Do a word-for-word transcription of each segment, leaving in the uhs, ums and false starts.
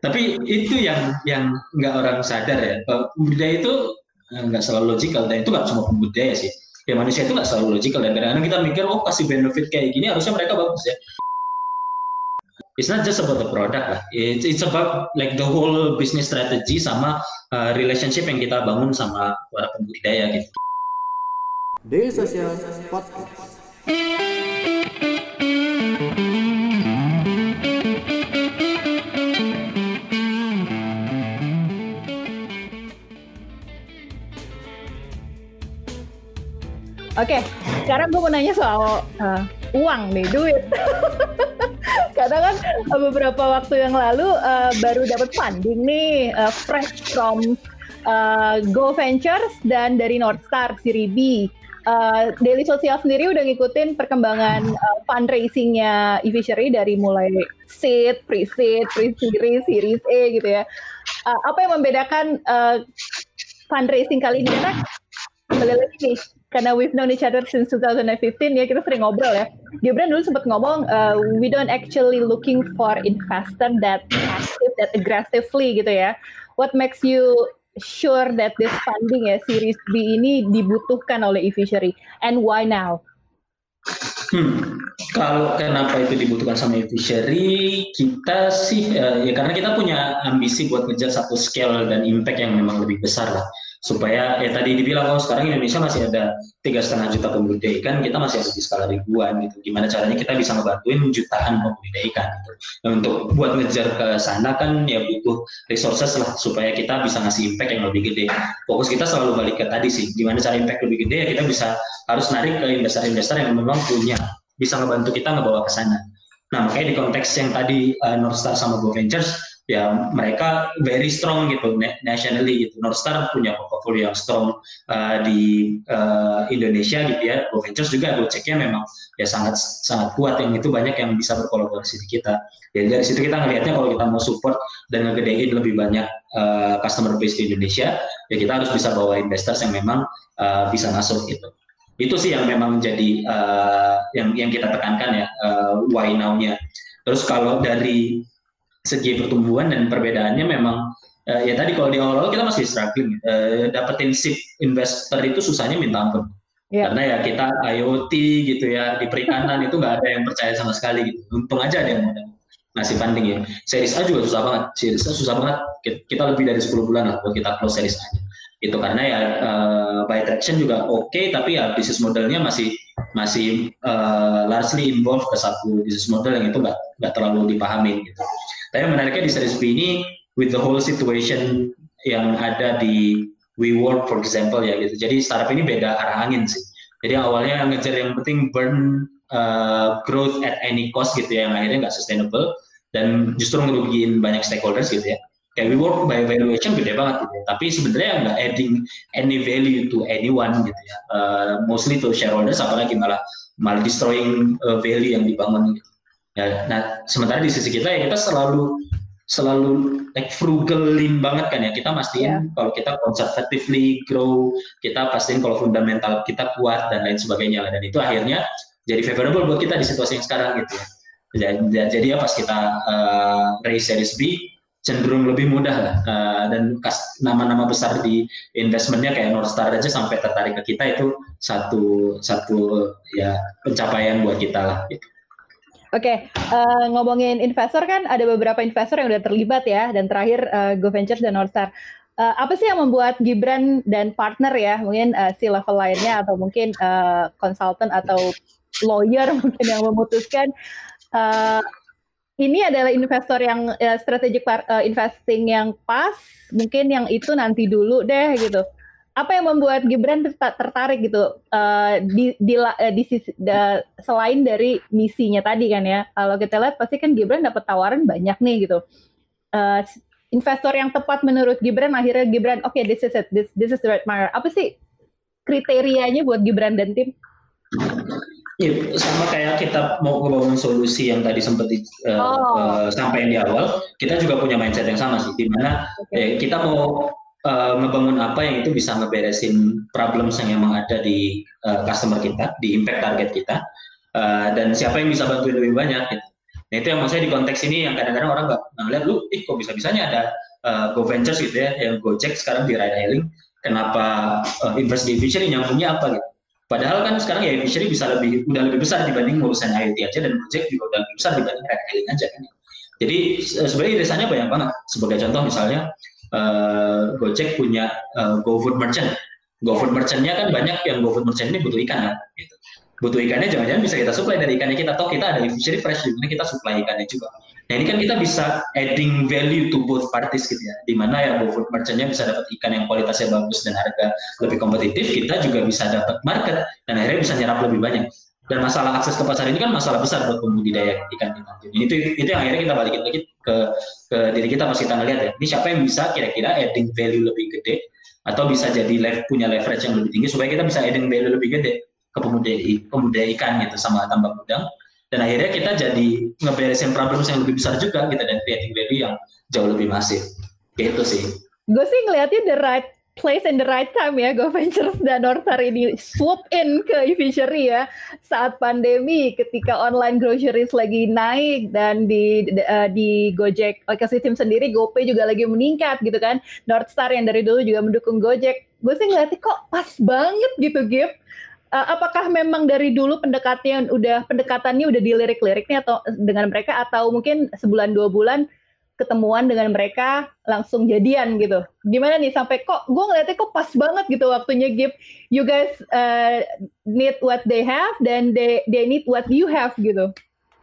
Tapi itu yang yang nggak orang sadar ya. Budaya itu nggak selalu logikal, dan itu nggak cuma budaya sih. Ya manusia itu nggak selalu logikal, dan kadang-kadang kita mikir, oh kasih benefit kayak gini harusnya mereka bagus ya. It's not just about the product lah. It's, it's about like the whole business strategy sama uh, relationship yang kita bangun sama para pembudidaya gitu. Daily Social Podcast. Oke, sekarang gue mau nanya soal uh, uang nih, duit. Karena kan beberapa waktu yang lalu uh, baru dapat funding nih, uh, fresh from uh, Go Ventures dan dari Northstar Series B. Uh, Daily Social sendiri udah ngikutin perkembangan uh, fundraisingnya eFishery dari mulai seed, pre-seed, pre-series, series A gitu ya. Uh, apa yang membedakan uh, fundraising kali ini? Karena kembali lagi nih, karena we've known each other since twenty fifteen ya, kita sering ngobrol ya. Gibran dulu sempat ngomong, uh, we don't actually looking for investor that active, that aggressively gitu ya. What makes you sure that this funding ya, Series B ini dibutuhkan oleh eFishery, and why now? Hmm, kalau kenapa itu dibutuhkan sama eFishery, kita sih uh, ya karena kita punya ambisi buat ngejar satu scale dan impact yang memang lebih besar lah. Supaya ya tadi dibilang, oh sekarang Indonesia masih ada tiga setengah juta pembudidaya ikan, kita masih ada di skala ribuan gitu. Gimana caranya kita bisa ngebantuin jutaan pembudidaya ikan gitu. Nah, untuk buat ngejar ke sana kan ya butuh resources lah supaya kita bisa ngasih impact yang lebih gede. Fokus kita selalu balik ke tadi sih, gimana cara impact lebih gede ya kita bisa harus narik ke investor-investor yang memang punya, bisa ngebantu kita ngebawa ke sana. Nah makanya di konteks yang tadi uh, Northstar sama Go Ventures, ya mereka very strong gitu nationally gitu. Northstar punya portfolio yang strong uh, di uh, Indonesia gitu ya. Go Ventures juga Gojeknya memang ya sangat sangat kuat, yang itu banyak yang bisa berkolaborasi di kita. Ya dari situ kita ngelihatnya kalau kita mau support dan ngegedein lebih banyak uh, customer base di Indonesia, ya kita harus bisa bawa investors yang memang uh, bisa masuk gitu. Itu sih yang memang jadi uh, yang yang kita tekankan ya, uh, why now-nya. Terus kalau dari segi pertumbuhan dan perbedaannya memang uh, ya tadi kalau di awal-awal kita masih struggling, uh, dapetin seed investor itu susahnya minta ampun. Yeah. Karena ya kita I O T gitu ya, di perikanan itu nggak ada yang percaya sama sekali gitu. Untung aja ada yang mau ngasih funding ya. Series A juga susah banget, series A susah banget. Kita lebih dari sepuluh bulan lah buat kita close series A-nya. Itu karena ya uh, by traction juga oke, okay, tapi ya bisnis modelnya masih masih uh, largely involved ke satu bisnis model yang itu nggak nggak terlalu dipahami gitu. Tapi menariknya di series B ini with the whole situation yang ada di WeWork for example ya gitu. Jadi startup ini beda arah angin sih. Jadi awalnya ngejar yang penting burn uh, growth at any cost gitu ya, yang akhirnya nggak sustainable dan justru ngerugiin banyak stakeholders gitu ya. Kayak WeWork by valuation gede banget gitu ya, tapi sebenarnya nggak adding any value to anyone gitu ya, uh, mostly to shareholders, apalagi malah malah destroying uh, value yang dibangun gitu. Ya, nah sementara di sisi kita ya kita selalu selalu like frugalin banget kan ya, kita pastiin yeah. Kalau kita conservatively grow, kita pastiin kalau fundamental kita kuat dan lain sebagainya lah, dan itu akhirnya jadi favorable buat kita di situasi yang sekarang gitu ya. Jadi, jadi ya pas kita uh, raise series B cenderung lebih mudah lah, uh, dan kas, nama-nama besar di investmentnya kayak Northstar aja sampai tertarik ke kita, itu satu satu ya pencapaian buat kita lah gitu. Oke, okay, uh, ngomongin investor kan ada beberapa investor yang udah terlibat ya, dan terakhir uh, Go Ventures dan Northstar. Uh, apa sih yang membuat Gibran dan partner ya, mungkin uh, C-level lainnya atau mungkin uh, consultant atau lawyer mungkin yang memutuskan uh, ini adalah investor yang uh, strategic uh, investing yang pas, mungkin yang itu nanti dulu deh gitu. Apa yang membuat Gibran tertarik gitu uh, di, di, uh, di sisi, da, selain dari misinya tadi kan ya? Kalau kita lihat pasti kan Gibran dapat tawaran banyak nih gitu. Uh, investor yang tepat menurut Gibran, akhirnya Gibran, oke okay, this is it, this, this is the right buyer. Apa sih kriterianya buat Gibran dan tim? Ya, sama kayak kita mau ngebangun solusi yang tadi sempat di, uh, oh. uh, sampaikan di awal, kita juga punya mindset yang sama sih, di mana okay. eh, kita mau uh, ngebangun apa yang itu bisa ngeberesin problems yang emang ada di uh, customer kita, di impact target kita, uh, dan siapa yang bisa bantuin lebih banyak gitu. Nah itu yang maksudnya di konteks ini yang kadang-kadang orang nggak ngeliat, lu, ih kok bisa-bisanya ada uh, Go Ventures gitu ya, yang Gojek sekarang di ride hailing, kenapa uh, invest di Fishery nyambungnya apa gitu. Padahal kan sekarang ya Fishery bisa lebih, udah lebih besar dibanding urusan IoT aja, dan Gojek juga udah lebih besar dibanding ride hailing aja kan. Jadi sebenarnya irisannya banyak banget. Sebagai contoh misalnya uh, Gojek punya uh, GoFood Merchant. GoFood Merchant-nya kan banyak yang GoFood Merchant ini butuh ikan kan, gitu. Butuh ikannya jangan-jangan bisa kita supply dari ikannya kita, toh kita ada Fishery Fresh di mana kita supply ikannya juga. Nah ini kan kita bisa adding value to both parties gitu ya, di mana ya GoFood Merchant-nya bisa dapat ikan yang kualitasnya bagus dan harga lebih kompetitif, kita juga bisa dapat market dan akhirnya bisa nyerap lebih banyak. Dan masalah akses ke pasar ini kan masalah besar buat pembudidaya ikan kita. Jadi itu itu yang akhirnya kita balikin lagi ke ke diri kita pas kita ngelihat ya, ini siapa yang bisa kira-kira adding value lebih gede atau bisa jadi lev, punya leverage yang lebih tinggi supaya kita bisa adding value lebih gede ke pembudidaya, pembudidaya ikan gitu sama tambak udang, dan akhirnya kita jadi ngeberesin problem yang lebih besar juga gitu dan creating value yang jauh lebih masif gitu sih. Gue sih ngeliatnya the right place and the right time ya, Go Ventures dan Northstar ini swoop in ke e-fishery ya saat pandemi, ketika online groceries lagi naik dan di uh, di Gojek ecosystem sendiri GoPay juga lagi meningkat gitu kan. Northstar yang dari dulu juga mendukung Gojek, gue sih ngeliatnya kok pas banget gitu Gip. Uh, apakah memang dari dulu pendekatannya udah pendekatannya udah dilirik-lirik nih atau dengan mereka, atau mungkin sebulan dua bulan ketemuan dengan mereka langsung jadian gitu? Gimana nih sampai kok gue ngeliatnya kok pas banget gitu waktunya Gip, you guys uh, need what they have dan they they need what you have gitu.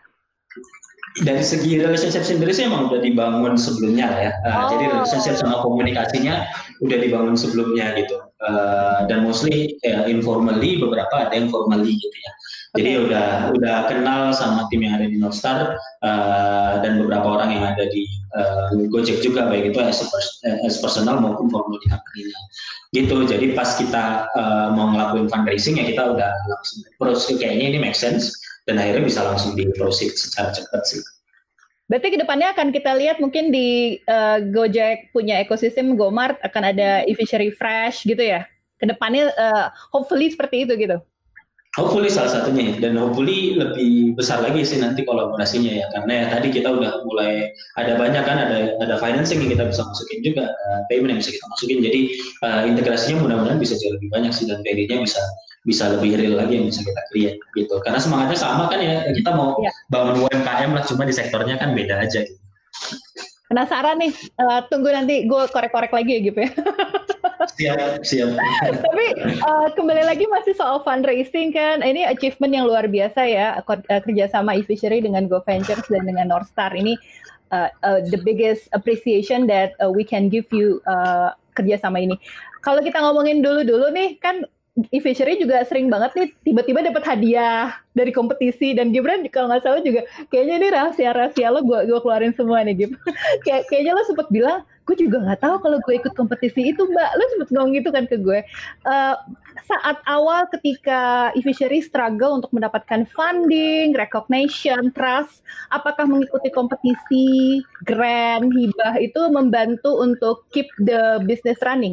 Dari segi relationship sendiri sih emang udah dibangun sebelumnya lah ya. Uh, oh. Jadi relationship sama komunikasinya udah dibangun sebelumnya gitu. Uh, dan mostly ya, informally, beberapa ada yang formally gitu ya. Jadi okay. udah udah kenal sama tim yang ada di Northstar uh, dan beberapa orang yang ada di uh, Gojek juga, baik itu as, pers- as personal maupun formal di company-nya. Gitu. Jadi pas kita uh, mau ngelakuin fundraising ya kita udah langsung approach kayaknya ini make sense dan akhirnya bisa langsung di proceed secara cepat sih. Berarti kedepannya akan kita lihat mungkin di uh, Gojek punya ekosistem GoMart akan ada e-fishery fresh gitu ya. Kedepannya uh, hopefully seperti itu gitu. Hopefully salah satunya, dan hopefully lebih besar lagi sih nanti kolaborasinya ya, karena ya tadi kita udah mulai ada banyak kan, ada ada financing yang kita bisa masukin juga, uh, payment yang bisa kita masukin, jadi uh, integrasinya mudah-mudahan bisa jauh lebih banyak sih dan value-nya bisa bisa lebih real lagi yang bisa kita create gitu, karena semangatnya sama kan ya, kita mau ya. bangun U M K M lah, cuma di sektornya kan beda aja gitu. Penasaran nih, uh, tunggu nanti gue korek-korek lagi ya gitu ya. Siap, siap. Tapi uh, kembali lagi masih soal fundraising kan, ini achievement yang luar biasa ya, kerjasama e-fishery dengan Go Ventures dan dengan Northstar ini uh, uh, the biggest appreciation that uh, we can give you uh, kerjasama ini. Kalau kita ngomongin dulu-dulu nih kan, e-fishery juga sering banget nih tiba-tiba dapat hadiah dari kompetisi, dan Gibran kalau nggak salah juga kayaknya ini rahasia-rahasia lo gue gue keluarin semua nih Gib. Kayak kayaknya lo sempat bilang gue juga nggak tahu kalau gue ikut kompetisi itu mbak, lo sempat ngomong gitu kan ke gue. Uh, saat awal ketika e-fishery struggle untuk mendapatkan funding, recognition, trust, apakah mengikuti kompetisi, grant, hibah itu membantu untuk keep the business running?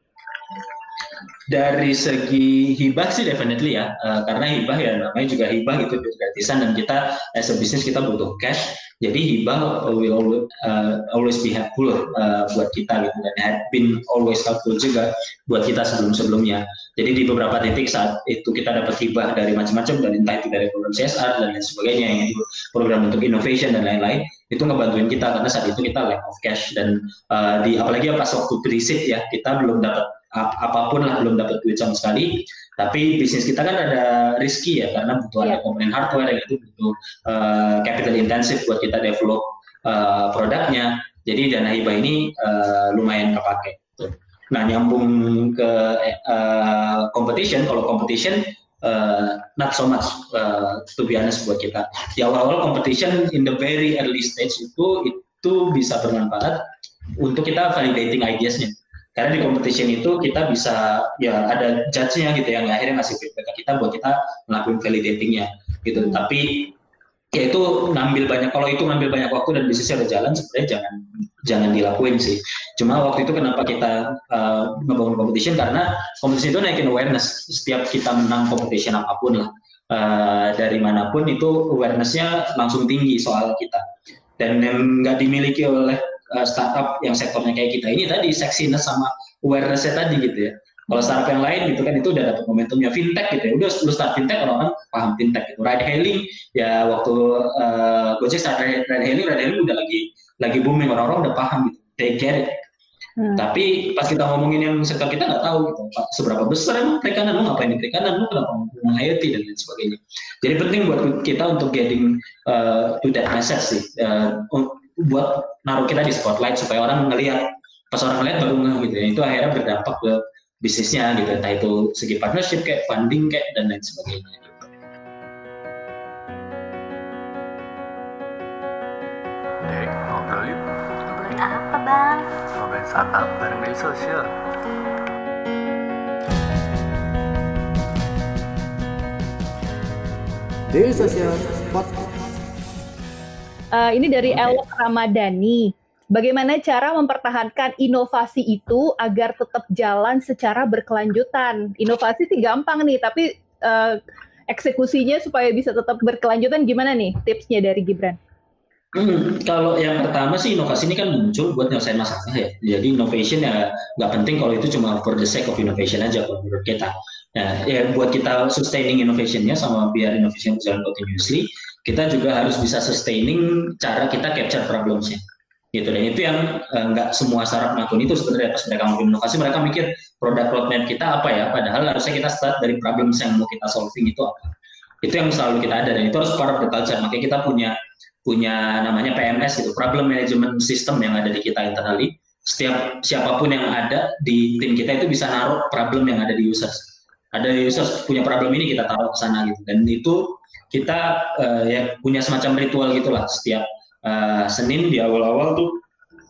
Dari segi hibah sih definitely ya, uh, karena hibah ya namanya juga hibah gitu gratisan, dan kita as a business kita butuh cash, jadi hibah will always, uh, always be helpful uh, buat kita gitu, dan had been always helpful juga buat kita sebelum-sebelumnya. Jadi di beberapa titik saat itu kita dapat hibah dari macam-macam, dari entah itu dari program C S R dan lain sebagainya, yang itu program untuk innovation dan lain-lain, itu ngebantuin kita karena saat itu kita lack of cash, dan uh, di apalagi pas waktu pre-seed ya kita belum dapat apapun lah, belum dapat duit sama sekali, tapi bisnis kita kan ada risky ya, karena butuh yeah. ada komponen hardware yang itu butuh uh, capital intensive buat kita develop uh, produknya, jadi dana hibah ini uh, lumayan kepake. Nah nyambung ke uh, competition, kalau competition uh, not so much uh, to be honest buat kita. Di awal-awal competition in the very early stage itu itu bisa bermanfaat untuk kita validating ideas-nya. Karena di competition itu kita bisa ya ada judge-nya gitu yang akhirnya ngasih feedback ke kita buat kita ngelakuin validating-nya gitu. Hmm. Tapi ya itu ngambil banyak, kalau itu ngambil banyak waktu dan bisnisnya udah jalan, sebenarnya jangan jangan dilakuin sih. Cuma waktu itu kenapa kita uh, ngebangun competition, karena competition itu naikin awareness. Setiap kita menang competition apapun lah, uh, dari manapun itu awareness-nya langsung tinggi soal kita. Dan yang nggak dimiliki oleh uh, startup yang sektornya kayak kita ini tadi sexiness sama awareness-nya tadi gitu ya. Kalau startup yang lain gitu kan itu udah dapat momentumnya fintech gitu ya. Udah lu start fintech orang-orang paham fintech gitu. Ride hailing ya waktu uh, Gojek start ride, ride hailing, ride hailing udah lagi lagi booming, orang-orang udah paham gitu. They get it. Hmm. Tapi pas kita ngomongin yang sektor kita nggak tahu gitu. Seberapa besar emang perikanan, lu ngapain di perikanan, lu kenapa ngomong I O T dan lain sebagainya. Jadi penting buat kita untuk getting uh, to that message sih. Uh, buat naruh kita di spotlight supaya orang ngelihat, pas orang ngelihat baru ngeh gitu ya. Itu akhirnya berdampak ke bisnisnya gitu, entah itu segi partnership kayak funding kayak dan lain sebagainya gitu. Dek, ngobrol yuk. Ngobrolin apa bang? Ngobrolin startup bareng Daily Social. Daily Social Podcast. Uh, ini dari Elok Ramadhani. Bagaimana cara mempertahankan inovasi itu agar tetap jalan secara berkelanjutan? Inovasi sih gampang nih, tapi uh, eksekusinya supaya bisa tetap berkelanjutan gimana nih tipsnya dari Gibran? Hmm, kalau yang pertama sih inovasi ini kan muncul buat nyelesain masalah ya. Jadi innovation ya nggak penting kalau itu cuma for the sake of innovation aja kalau menurut kita. Nah, ya buat kita sustaining innovation-nya sama biar innovation berjalan continuously, kita juga harus bisa sustaining cara kita capture problems-nya. Gitu, dan itu yang nggak uh, semua startup ngelakuin itu sebenarnya. Pas mereka mau inovasi, mereka mikir produk roadmap kita apa ya, padahal harusnya kita start dari problems yang mau kita solving itu apa. Itu yang selalu kita ada, dan itu harus part of the culture. Makanya kita punya punya namanya P M S gitu, problem management system yang ada di kita internally. Setiap siapapun yang ada di tim kita itu bisa naruh problem yang ada di users. Ada users punya problem ini, kita taruh ke sana gitu, dan itu kita uh, ya punya semacam ritual gitulah. Setiap Uh, Senin di awal-awal tuh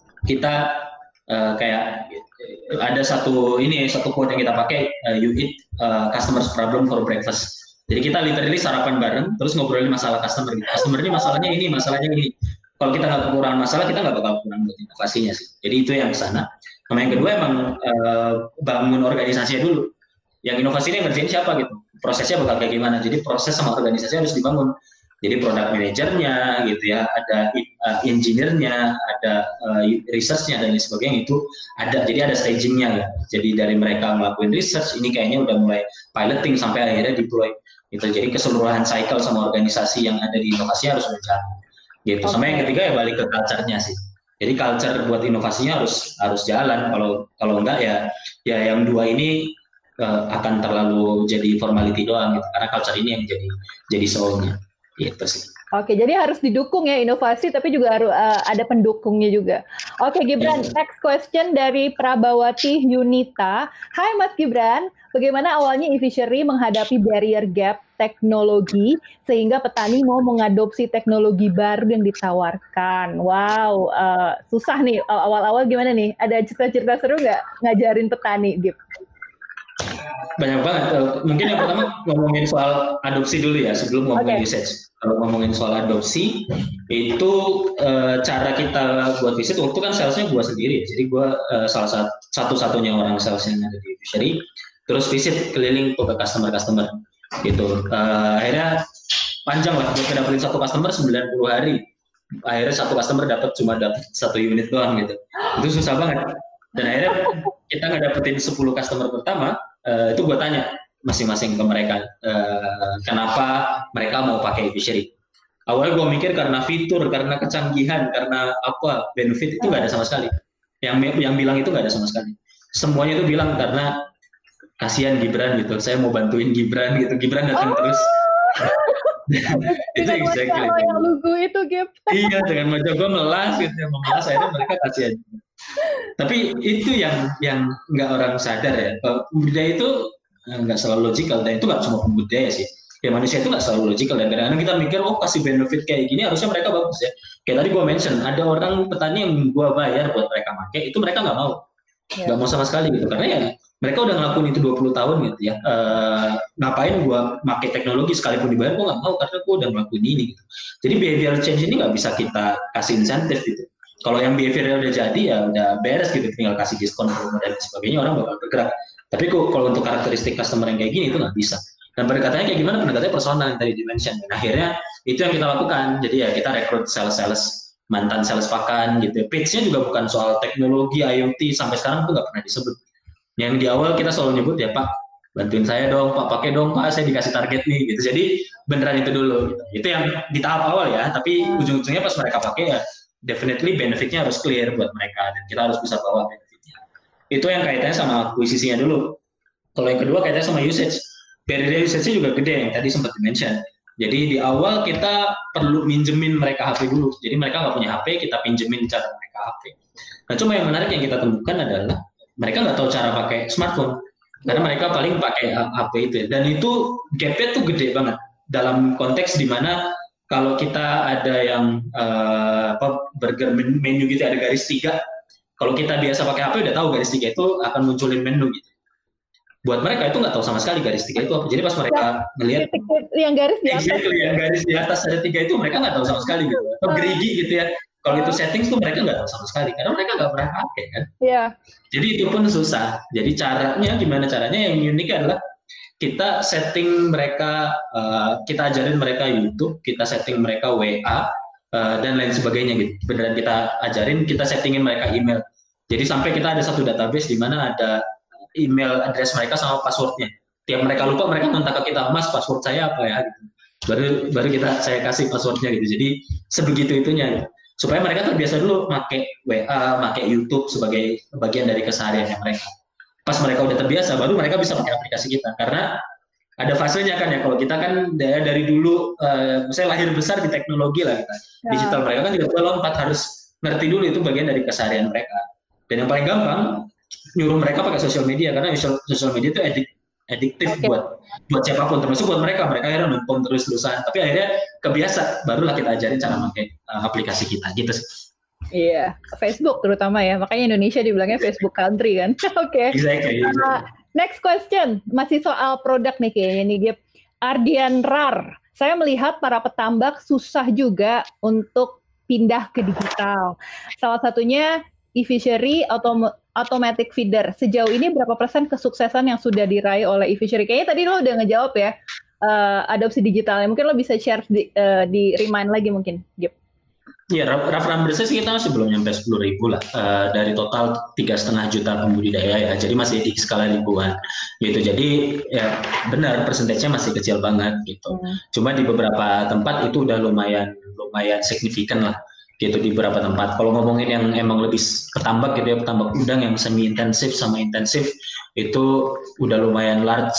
kita uh, kayak ada satu ini satu quote yang kita pakai, uh, you eat uh, customers problem for breakfast. Jadi kita literally sarapan bareng terus ngobrolin masalah customer. Customer ini masalahnya ini, masalahnya ini. Kalau kita nggak kekurangan masalah, kita nggak bakal kurang buat inovasinya sih. Jadi itu yang sana. Sama yang kedua emang uh, bangun organisasinya dulu. Yang inovasi ini ngerjain siapa gitu. Prosesnya bakal kayak gimana. Jadi proses sama organisasi harus dibangun. Jadi product manajernya gitu ya, ada uh, engineer-nya, ada uh, research-nya dan lain sebagainya itu ada. Jadi ada staging-nya ya. Jadi dari mereka ngelakuin research ini kayaknya udah mulai piloting sampai akhirnya deploy. Gitu. Jadi keseluruhan cycle sama organisasi yang ada di inovasi harus berjalan. Gitu. Okay. Sama yang ketiga ya balik ke culture-nya sih. Jadi culture buat inovasinya harus harus jalan. Kalau kalau enggak ya ya yang dua ini uh, akan terlalu jadi formality doang gitu. Karena culture ini yang jadi jadi soul-nya. Gitu sih. Oke, jadi harus didukung ya inovasi, tapi juga harus uh, ada pendukungnya juga. Oke, Gibran, yes. Next question dari Prabawati Yunita. Hai Mas Gibran, bagaimana awalnya e-fishery menghadapi barrier gap teknologi sehingga petani mau mengadopsi teknologi baru yang ditawarkan? Wow, uh, susah nih awal-awal gimana nih? Ada cerita-cerita seru nggak ngajarin petani, Gib? Banyak banget. Mungkin yang pertama ngomongin soal adopsi dulu ya sebelum ngomongin okay. Usage. Kalau ngomongin soal adopsi itu e, cara kita buat visit waktu kan salesnya gue sendiri. Jadi gue e, salah satu satu-satunya orang sales yang ada di fishery. Terus visit keliling ke customer-customer gitu. E, akhirnya panjang lah buat dapetin satu customer sembilan puluh hari. Akhirnya satu customer dapat cuma dapat satu unit doang gitu. Itu susah banget. Dan akhirnya kita nggak dapetin sepuluh customer pertama, uh, itu gue tanya masing-masing ke mereka, uh, kenapa mereka mau pakai fishery. Awalnya gue mikir karena fitur, karena kecanggihan, karena apa, benefit itu nggak ada sama sekali. Yang yang bilang itu nggak ada sama sekali. Semuanya itu bilang karena kasihan Gibran gitu, saya mau bantuin Gibran gitu, Gibran datang oh. terus. Itu exactly. Yang lugu itu, Gib. Iya, dengan wajah gue melas gitu, memelas akhirnya mereka kasihan. Tapi itu yang yang nggak orang sadar ya. Budaya itu nggak selalu logikal, dan itu nggak cuma budaya sih. Ya manusia itu nggak selalu logikal, dan kadang-kadang kita mikir oh kasih benefit kayak gini harusnya mereka bagus ya. Kayak tadi gue mention ada orang petani yang gue bayar buat mereka pakai, itu mereka nggak mau, nggak yeah. mau sama sekali gitu. Karena ya mereka udah ngelakuin itu dua puluh tahun gitu ya. E, ngapain gue pakai teknologi sekalipun dibayar, gue nggak mau karena gue udah ngelakuin ini gitu. Jadi behavioral change ini nggak bisa kita kasih insentif gitu. Kalau yang behavior udah jadi ya udah beres gitu, tinggal kasih diskon dan sebagainya, orang bakal bergerak. Tapi kok kalau untuk karakteristik customer yang kayak gini itu nggak bisa. Dan pendekatannya kayak gimana? Pendekatannya personal yang tadi dimention. Dan akhirnya itu yang kita lakukan. Jadi ya kita rekrut sales-sales, mantan sales pakan gitu. Pitch-nya juga bukan soal teknologi, I O T, sampai sekarang itu nggak pernah disebut. Yang di awal kita selalu nyebut ya Pak, bantuin saya dong, Pak, pakai dong Pak, saya dikasih target nih gitu. Jadi beneran itu dulu. Gitu. Itu yang di tahap awal ya, tapi ujung-ujungnya pas mereka pakai ya definitely benefitnya harus clear buat mereka dan kita harus bisa bawa benefitnya. Itu yang kaitannya sama akuisisinya dulu. Kalau yang kedua kaitannya sama usage. Barrier usage-nya juga gede yang tadi sempat di-mention. Jadi di awal kita perlu minjemin mereka H P dulu. Jadi mereka nggak punya H P, kita pinjemin cara mereka H P. Nah cuma yang menarik yang kita temukan adalah mereka nggak tahu cara pakai smartphone. Karena mereka paling pakai H P itu. Dan itu gap-nya tuh gede banget. Dalam konteks di mana kalau kita ada yang uh, apa, burger menu gitu ada garis tiga. Kalau kita biasa pakai H P udah tahu garis tiga itu akan munculin menu gitu. Buat mereka itu nggak tahu sama sekali garis tiga itu apa. Jadi pas mereka melihat yang garis di atas, exactly, yang garis di atas ada tiga itu mereka nggak tahu sama sekali gitu. Atau gerigi gitu ya. Kalau itu settings tuh mereka nggak tahu sama sekali karena mereka nggak pernah pakai kan. Iya. Jadi itu pun susah. Jadi caranya gimana caranya yang unik adalah kita setting mereka, uh, kita ajarin mereka YouTube, kita setting mereka W A uh, dan lain sebagainya gitu. Beneran kita ajarin, kita settingin mereka email. Jadi sampai kita ada satu database di mana ada email address mereka sama passwordnya. Tiap mereka lupa mereka kontak ke kita, Mas password saya apa ya? Gitu. Baru baru kita saya kasih passwordnya gitu. Jadi sebegitu itunya. Gitu. Supaya mereka terbiasa dulu pakai W A, pakai YouTube sebagai bagian dari kesehariannya mereka. Pas mereka udah terbiasa, baru mereka bisa pakai aplikasi kita. Karena ada fasenya kan ya. Kalau kita kan dari dulu, uh, misalnya lahir besar di teknologi lah kita. Ya. Digital mereka kan juga lompat harus ngerti dulu itu bagian dari keseharian mereka. Dan yang paling gampang nyuruh mereka pakai sosial media karena sosial media itu edik, adiktif okay. buat buat siapapun termasuk buat mereka mereka akhirnya nonton terus terusan tapi akhirnya kebiasa barulah kita ajarin cara pakai uh, aplikasi kita gitu sih. Iya, Facebook terutama ya makanya Indonesia dibilangnya Facebook country kan. Oke. Okay. Exactly. Uh, next question masih soal produk nih kayaknya nih Gip. Ardian Rar, saya melihat para petambak susah juga untuk pindah ke digital. Salah satunya e-fishery autom- automatic feeder. Sejauh ini berapa persen kesuksesan yang sudah diraih oleh e-fishery? Kayaknya tadi lo udah ngejawab ya, uh, adopsi digitalnya. Mungkin lo bisa share di, uh, di remind lagi mungkin, Gip. Iya, rough numbers kita masih belum nyampe sepuluh ribu lah. Uh, dari total tiga setengah juta pembudidaya ya. Jadi masih di skala ribuan gitu. Jadi ya benar persentasenya masih kecil banget gitu. Hmm. Cuma di beberapa tempat itu udah lumayan lumayan signifikan lah. Gitu di beberapa tempat. Kalau ngomongin yang emang lebih ketambak gitu ya, petambak udang yang semi intensif sama intensif itu udah lumayan large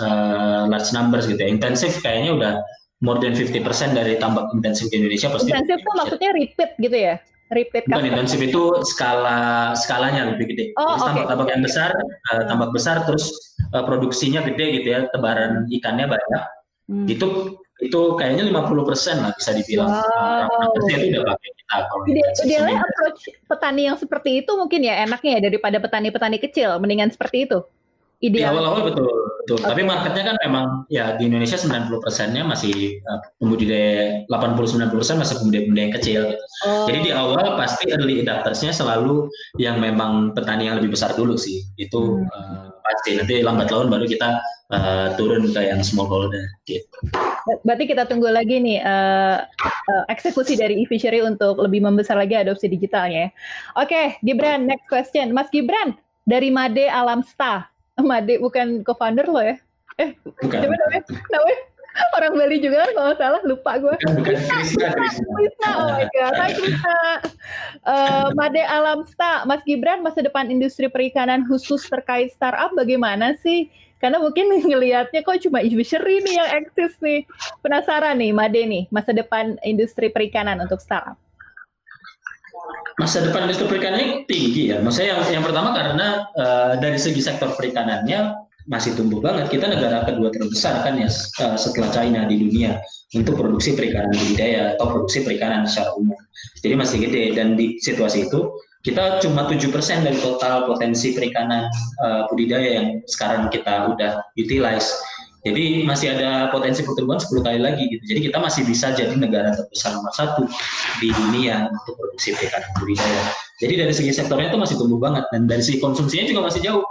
uh, large numbers gitu ya. Intensif kayaknya udah more than fifty persen dari tambak intensif di Indonesia pasti. Intensif tuh maksudnya repeat gitu ya? Repeat bukan intensif itu skala skalanya lebih gede. Oh, Jadi, okay. tambak-tambak yang besar, uh, tambak besar terus uh, produksinya gede gitu ya, tebaran ikannya banyak. Hmm. Itu itu kayaknya lima puluh persen lah bisa dibilang. Wow. Uh, itu udah pakai kita. Idealnya approach petani yang seperti itu mungkin ya enaknya ya daripada petani-petani kecil, mendingan seperti itu. Ideal. Di awal-awal betul, betul. Okay. Tapi marketnya kan memang ya di Indonesia sembilan puluh persennya masih uh, pembudidaya, delapan puluh sampai sembilan puluh persen masih pembudidaya yang kecil. Gitu. Oh. Jadi di awal pasti early adapters-nya selalu yang memang petani yang lebih besar dulu sih. Itu hmm. uh, pasti nanti lambat laun baru kita uh, turun ke yang smallholder gitu. Berarti kita tunggu lagi nih uh, uh, eksekusi dari e-fishery untuk lebih membesar lagi adopsi digitalnya. Oke, okay, Gibran, next question. Mas Gibran dari Made Alamsta. Made bukan co-founder lo ya? Eh, bukan. Coba namanya, namanya orang Bali juga kan kalau salah, lupa gue. Bukan, Krisna, Krisna, oh my God. Hai Krisna. Uh, Made Alamsta, Mas Gibran, masa depan industri perikanan khusus terkait startup bagaimana sih? Karena mungkin ngelihatnya kok cuma e-fishery nih yang eksis nih. Penasaran nih, Made nih, masa depan industri perikanan untuk startup. Masa depan industri perikanannya tinggi ya. Maksudnya yang, yang pertama karena uh, dari segi sektor perikanannya masih tumbuh banget. Kita negara kedua terbesar kan ya uh, setelah China di dunia untuk produksi perikanan budidaya atau produksi perikanan secara umum. Jadi masih gede dan di situasi itu kita cuma tujuh persen dari total potensi perikanan uh, budidaya yang sekarang kita udah utilize. Jadi masih ada potensi pertumbuhan sepuluh kali lagi gitu. Jadi kita masih bisa jadi negara terbesar nomor satu di dunia untuk produksi perikanan budidaya. Jadi dari segi sektornya itu masih tumbuh banget dan dari segi konsumsinya juga masih jauh.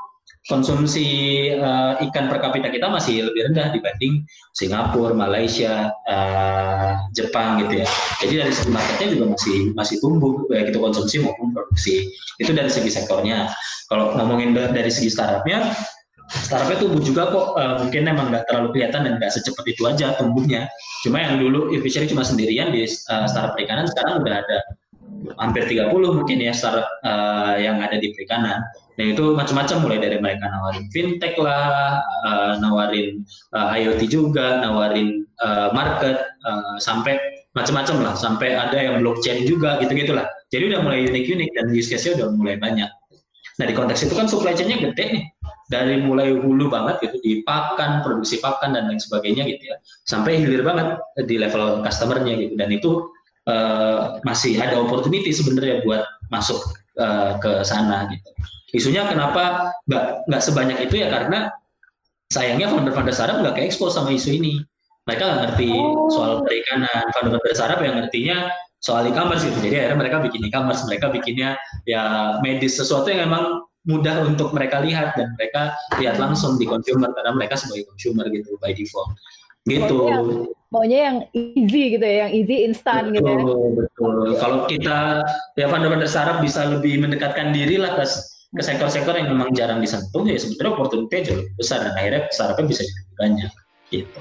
konsumsi uh, ikan per kapita kita masih lebih rendah dibanding Singapura, Malaysia, uh, Jepang gitu ya. Jadi dari segi marketnya juga masih masih tumbuh baik itu konsumsi maupun produksi. Itu dari segi sektornya. Kalau ngomongin dari segi startupnya, startupnya tumbuh juga kok. Uh, mungkin emang nggak terlalu kelihatan dan nggak secepat itu aja tumbuhnya. Cuma yang dulu e-fishery cuma sendirian di uh, startup perikanan, sekarang udah ada hampir tiga puluh mungkin ya startup uh, yang ada di perikanan. Dan itu macam-macam, mulai dari mereka nawarin fintech lah, uh, nawarin uh, I O T juga, nawarin uh, market, uh, sampai macam-macam lah, sampai ada yang blockchain juga gitu-gitulah. Jadi udah mulai unik-unik dan use case-nya udah mulai banyak. Nah di konteks itu kan supply chain-nya gede nih, dari mulai hulu banget gitu, di pakan, produksi pakan dan lain sebagainya gitu ya, sampai hilir banget di level customer-nya gitu. Dan itu uh, masih ada opportunity sebenarnya buat masuk uh, ke sana gitu. Isunya kenapa nggak nggak sebanyak itu ya, karena sayangnya founder-founder startup nggak ke-expose sama isu ini. Mereka nggak ngerti oh. soal perikanan. Founder-founder startup yang ngertinya soal e-commerce gitu. Jadi akhirnya mereka bikin e-commerce, mereka bikinnya ya medis, sesuatu yang memang mudah untuk mereka lihat dan mereka lihat langsung di consumer karena mereka sebagai consumer gitu by default. Gitu. Maunya yang, maunya yang easy gitu ya, yang easy instan gitu ya. Betul. Kalau kita ya founder-founder startup bisa lebih mendekatkan diri lah ke ke sektor-sektor yang memang jarang disentuh, ya sebetulnya opportunity jauh lebih besar dan akhirnya startupnya bisa jadi banyak gitu.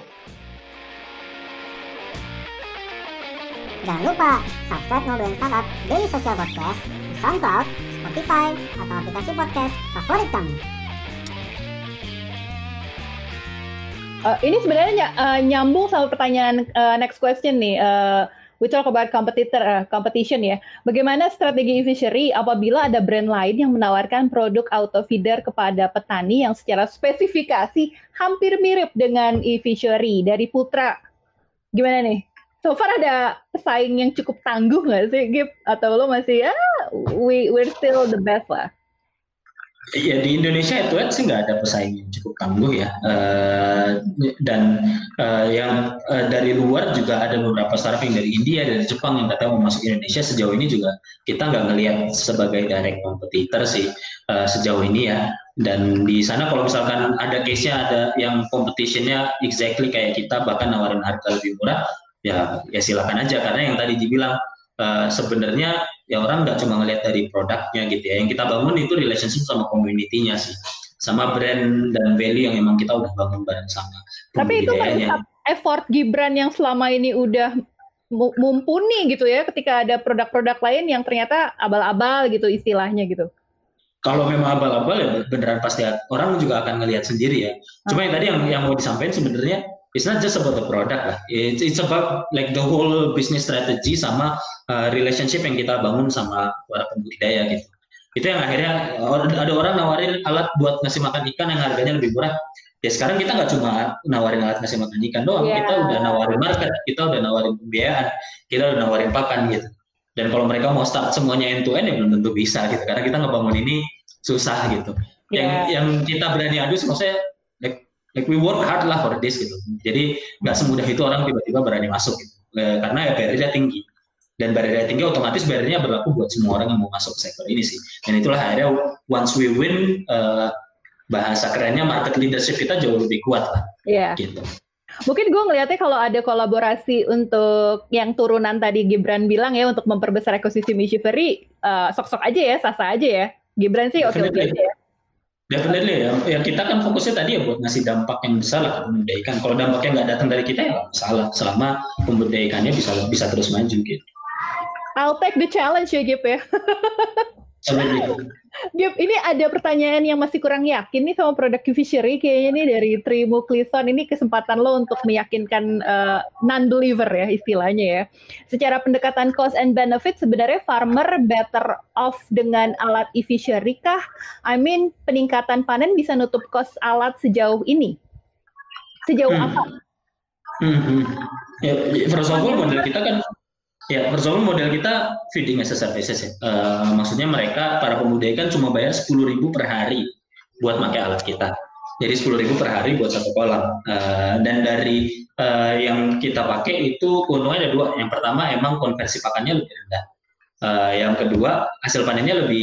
Jangan lupa subscribe Ngobrolin Startup Daily Social Podcast di SoundCloud, Spotify, atau aplikasi podcast favorit kamu. Uh, ini sebenarnya uh, nyambung sama pertanyaan uh, next question nih. Uh, we talk about competitor, uh, competition ya. Bagaimana strategi e-fishery apabila ada brand lain yang menawarkan produk auto feeder kepada petani yang secara spesifikasi hampir mirip dengan e-fishery dari Putra? Gimana nih? So far ada pesaing yang cukup tangguh nggak sih, Gip? Atau lo masih, ah, we, we're still the best lah? Ya di Indonesia itu sih nggak ada pesaing yang cukup tangguh ya, uh, dan uh, yang uh, dari luar juga ada beberapa startup yang dari India, dari Jepang yang katanya mau masuk Indonesia. Sejauh ini juga kita nggak ngelihat sebagai direct competitor sih uh, sejauh ini ya. Dan di sana kalau misalkan ada case-nya ada yang competition-nya exactly kayak kita bahkan nawarin harga lebih murah, ya ya silakan aja, karena yang tadi dibilang uh, sebenarnya ya orang nggak cuma ngelihat dari produknya gitu ya, yang kita bangun itu relationship sama community-nya sih, sama brand dan value yang memang kita udah bangun bareng sama. Tapi itu kan effort Gibran yang selama ini udah mumpuni gitu ya, ketika ada produk-produk lain yang ternyata abal-abal gitu istilahnya gitu. Kalau memang abal-abal ya beneran pasti orang juga akan ngelihat sendiri ya. Cuma yang tadi yang yang mau disampaikan sebenarnya it's not just about the product lah. It's, it's about like the whole business strategy sama uh, relationship yang kita bangun sama para pembudidaya gitu. Itu yang akhirnya ada orang nawarin alat buat ngasih makan ikan yang harganya lebih murah. Ya sekarang kita nggak cuma nawarin alat ngasih makan ikan doang, yeah. Kita udah nawarin market, kita udah nawarin pembiayaan, kita udah nawarin pakan gitu. Dan kalau mereka mau start semuanya end to end ya belum tentu bisa gitu, karena kita ngebangun ini susah gitu. Yeah. Yang yang kita berani adu maksudnya like, like we work hard lah for this gitu. Jadi nggak semudah itu orang tiba-tiba berani masuk gitu. E, karena ya barrier-nya tinggi. Dan barrier-nya tinggi otomatis barrier-nya berlaku buat semua orang yang mau masuk ke sektor ini sih. Dan itulah akhirnya once we win, uh, bahasa kerennya market leadership kita jauh lebih kuat lah. Iya. Yeah. Gitu. Mungkin gue ngelihatnya kalau ada kolaborasi untuk yang turunan tadi Gibran bilang ya, untuk memperbesar ekosistem e-fishery, uh, sok-sok aja ya, sah-sah aja ya. Gibran sih oke-oke aja ya. Definitely ya. Ya kita kan fokusnya tadi ya buat ngasih dampak yang besar lah ke pembudidaya ikan. Kalau dampaknya nggak datang dari kita ya nggak masalah, selama pembudidaya ikannya bisa bisa terus maju gitu. I'll take the challenge ya Gip ya. Gip, ini ada pertanyaan yang masih kurang yakin nih sama produk e-fishery kayaknya nih dari Trimu Klison. Ini kesempatan lo untuk meyakinkan uh, non-believer ya istilahnya ya. Secara pendekatan cost and benefit sebenarnya farmer better off dengan alat e-fishery kah? I mean peningkatan panen bisa nutup cost alat sejauh ini? Sejauh hmm. apa? Hmm, hmm. Ya, first of all model kita kan Ya, persoalan model kita feeding as a services ya. Uh, maksudnya mereka, para pembudidaya kan cuma bayar sepuluh ribu per hari buat pakai alat kita. Jadi sepuluh ribu per hari buat satu kolam. Uh, dan dari uh, yang kita pakai itu keuntungannya ada dua. Yang pertama emang konversi pakannya lebih rendah. Uh, yang kedua hasil panennya lebih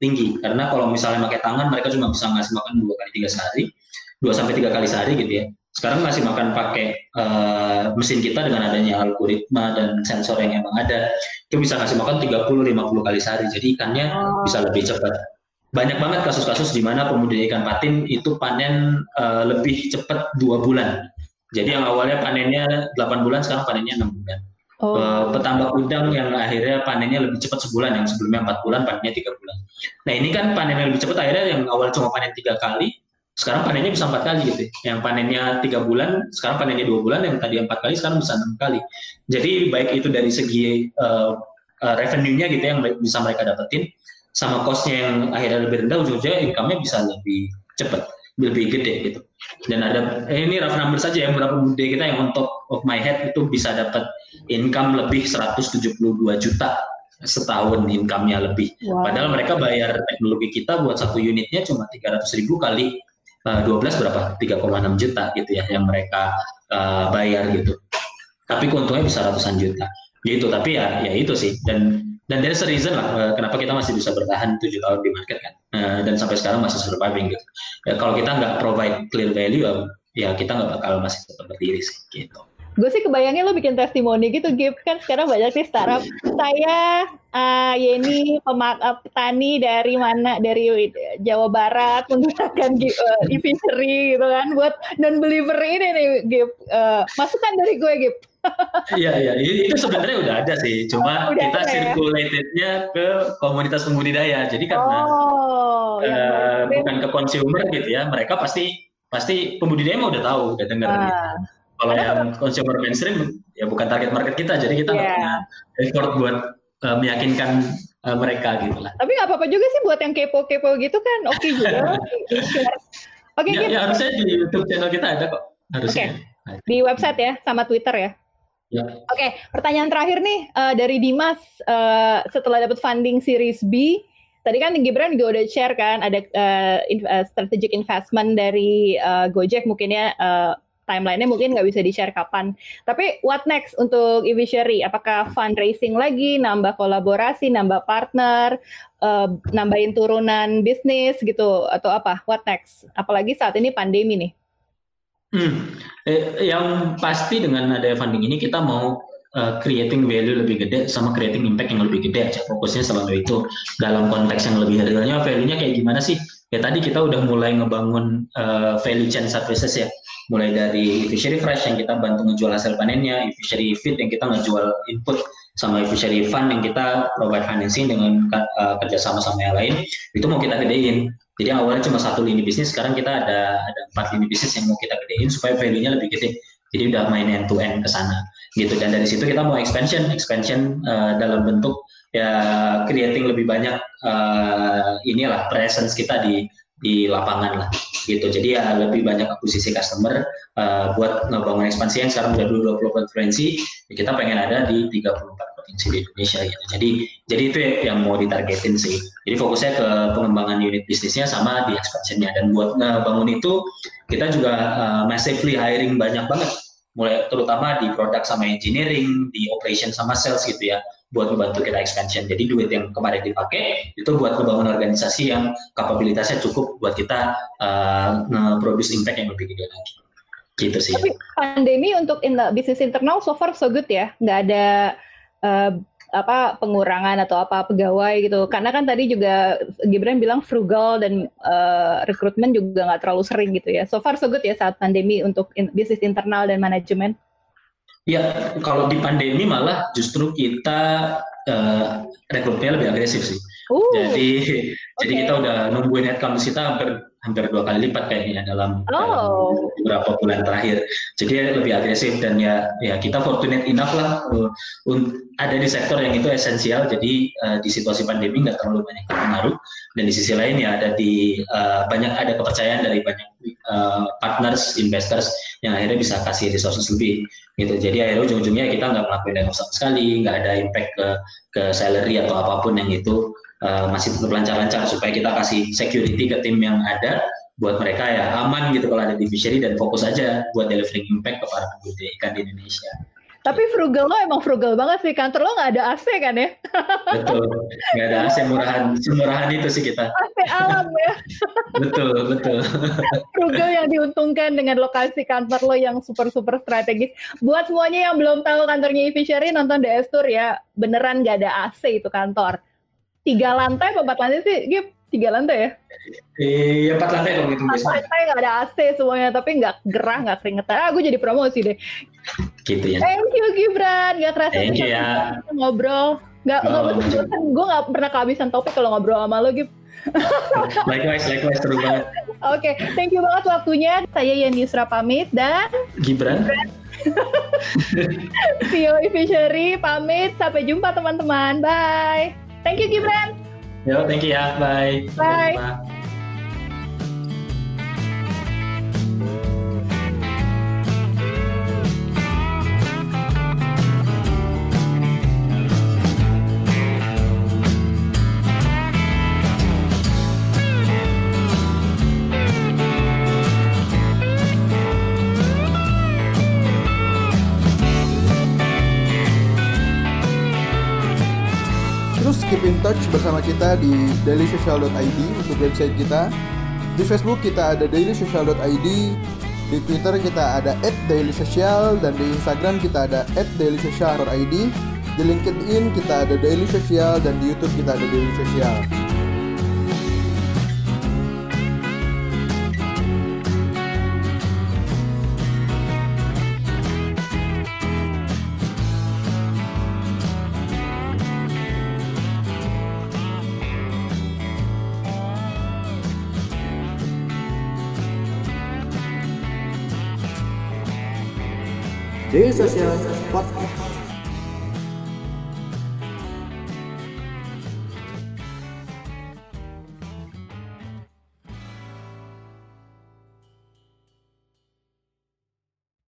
tinggi. Karena kalau misalnya pakai tangan mereka cuma bisa ngasih makan dua kali tiga sehari, dua sampai tiga kali sehari gitu ya. Sekarang ngasih makan pakai uh, mesin kita dengan adanya algoritma dan sensor yang emang ada, itu bisa ngasih makan tiga puluh sampai lima puluh kali sehari. Jadi ikannya oh. bisa lebih cepat. Banyak banget kasus-kasus di mana pembudidaya ikan patin itu panen uh, lebih cepat dua bulan. Jadi yang awalnya panennya delapan bulan, sekarang panennya enam bulan. Oh. Uh, petambak udang yang akhirnya panennya lebih cepat sebulan, yang sebelumnya empat bulan, panennya tiga bulan. Nah ini kan panennya lebih cepat, akhirnya yang awal cuma panen tiga kali, sekarang panennya bisa empat kali gitu. Yang panennya tiga bulan, sekarang panennya dua bulan, yang tadi empat kali, sekarang bisa enam kali. Jadi baik itu dari segi uh, uh, revenue-nya gitu yang bisa mereka dapetin, sama cost-nya yang akhirnya lebih rendah, ujung-ujungnya income-nya bisa lebih cepat, lebih gede gitu. Dan ada, eh, ini rough number saja ya, beberapa budaya kita yang on top of my head itu bisa dapat income lebih seratus tujuh puluh dua juta setahun income-nya lebih. Wow. Padahal mereka bayar teknologi kita buat satu unitnya cuma tiga ratus ribu kali uh, dua belas berapa? tiga koma enam juta gitu ya yang mereka uh, bayar gitu. Tapi keuntungannya bisa ratusan juta gitu. Tapi ya ya itu sih. Dan dan there's a reason lah uh, kenapa kita masih bisa bertahan tujuh tahun di market kan. Uh, dan sampai sekarang masih surviving gitu. Ya, kalau kita nggak provide clear value ya kita nggak bakal masih tetap berdiri sih gitu. Gue sih kebayangnya lo bikin testimoni gitu, Gip. Kan sekarang banyak nih startup. Saya uh, Yeni, pemak- uh, petani dari mana? Dari Jawa Barat, menggunakan uh, e-fishery gitu kan, buat non-believer ini nih, Gip. Uh, masukan dari gue, Gip. Iya, iya. Itu sebenarnya udah ada sih. Cuma oh, kita circulated-nya ke komunitas pembudidaya. Jadi karena oh, uh, bukan ke consumer gitu ya, mereka pasti pasti pembudidaya mah udah tahu, udah dengar ah. gitu. Kalau yang consumer mainstream ya bukan target market kita, jadi kita nggak yeah. punya effort buat uh, meyakinkan uh, mereka gitu lah. Tapi nggak apa-apa juga sih buat yang kepo-kepo gitu kan, oke okay juga. Oke, okay, ya, ya harusnya di YouTube channel kita ada kok. Harusnya. Okay. Di website ya, sama Twitter ya. Ya. Oke, okay, pertanyaan terakhir nih uh, dari Dimas uh, setelah dapat funding Series B. Tadi kan Gibran juga udah share kan ada uh, in, uh, strategic investment dari uh, Gojek mungkin ya. Uh, timeline-nya mungkin nggak bisa di-share kapan. Tapi what next untuk e-fishery? Apakah fundraising lagi, nambah kolaborasi, nambah partner, uh, nambahin turunan bisnis gitu, atau apa? What next? Apalagi saat ini pandemi nih. Hmm. Eh, yang pasti dengan ada funding ini kita mau uh, creating value lebih gede sama creating impact yang lebih gede aja. Fokusnya selalu itu dalam konteks yang lebih realnya. Value-nya kayak gimana sih? Ya tadi kita udah mulai ngebangun uh, value chain services ya. Mulai dari e-fishery fresh yang kita bantu ngejual hasil panennya, e-fishery feed yang kita ngejual input, sama e-fishery fund yang kita provide financing dengan uh, kerjasama sama yang lain, itu mau kita gedein. Jadi awalnya cuma satu lini bisnis, sekarang kita ada ada empat lini bisnis yang mau kita gedein supaya value-nya lebih gede. Jadi udah main end to end ke sana gitu. Dan dari situ kita mau expansion, expansion uh, dalam bentuk ya creating lebih banyak uh, inilah presence kita di di lapangan lah gitu. Jadi ya lebih banyak akuisisi customer uh, buat ngebangun ekspansi yang sekarang udah dua puluh konferensi, ya kita pengen ada di tiga puluh empat provinsi di Indonesia gitu. Jadi jadi itu yang mau ditargetin sih. Jadi fokusnya ke pengembangan unit bisnisnya sama di expansionnya. Dan buat ngebangun itu kita juga uh, massively hiring banyak banget, mulai terutama di product sama engineering, di operation sama sales gitu ya, buat membantu kita expansion. Jadi duit yang kemarin dipakai itu buat membangun organisasi yang kapabilitasnya cukup buat kita uh, nge-produce impact yang lebih gede lagi. Gitu sih. Tapi pandemi untuk in bisnis internal so far so good ya, nggak ada uh, apa pengurangan atau apa pegawai gitu. Karena kan tadi juga Gibran bilang frugal dan uh, rekrutmen juga nggak terlalu sering gitu ya. So far so good ya saat pandemi untuk in, bisnis internal dan manajemen. Ya, kalau di pandemi malah justru kita uh, rekrutmennya lebih agresif sih. Uh, jadi, okay. jadi kita udah nungguin headcount kita hampir hampir dua kali lipat kayaknya dalam, oh. dalam beberapa bulan terakhir. Jadi lebih agresif dan ya ya kita fortunate enough lah uh, un, ada di sektor yang itu esensial. Jadi uh, di situasi pandemi nggak terlalu banyak pengaruh. Dan di sisi lain ya ada di uh, banyak ada kepercayaan dari banyak uh, partners, investors yang akhirnya bisa kasih resources lebih gitu. Jadi akhirnya ujung-ujungnya kita nggak melakukan layoff sama sekali, nggak ada impact ke ke salary atau apapun yang itu. Uh, masih tetap lancar-lancar supaya kita kasih security ke tim yang ada buat mereka ya aman gitu kalau ada di fishery dan fokus aja buat delivering impact ke para pembudidaya ikan di Indonesia. Tapi frugal lo emang frugal banget sih. Kantor lo nggak ada A C kan ya? Betul, nggak ada A C murahan, semurahan itu sih kita. A C alam ya. Betul, betul. Frugal yang diuntungkan dengan lokasi kantor lo yang super-super strategis. Buat semuanya yang belum tahu kantornya eFishery, nonton D S Tour ya. Beneran nggak ada A C itu kantor. Tiga lantai, apa empat lantai sih? Gip, tiga lantai ya? Iya, empat lantai kalau gitu Empat biasanya. lantai nggak ada A C semuanya, tapi nggak gerah, nggak keringetan. Ah, gue jadi promosi deh. Gitu ya. Thank you Gibran, nggak kerasa Thank you, kita ya. ngobrol. Nggak, nggak Oh, bosan-bosan. Gue nggak pernah kehabisan topik kalau ngobrol sama lo, Gib. Likewise, likewise, seru banget. Oke, thank you banget waktunya. Saya Yani Yusra pamit dan Gibran. C E O eFishery pamit. Sampai jumpa teman-teman. Bye. Thank you Gibran. Yo, thank you ya. Bye. Bye. Sampai jumpa. Terus keep in touch bersama kita di daily social dot i d untuk website kita. Di Facebook kita ada daily social dot i d, di Twitter kita ada at dailysocial, dan di Instagram kita ada at dailysocial dot i d. Di LinkedIn kita ada Daily Social, dan di YouTube kita ada Daily Social. Daily Social Podcast.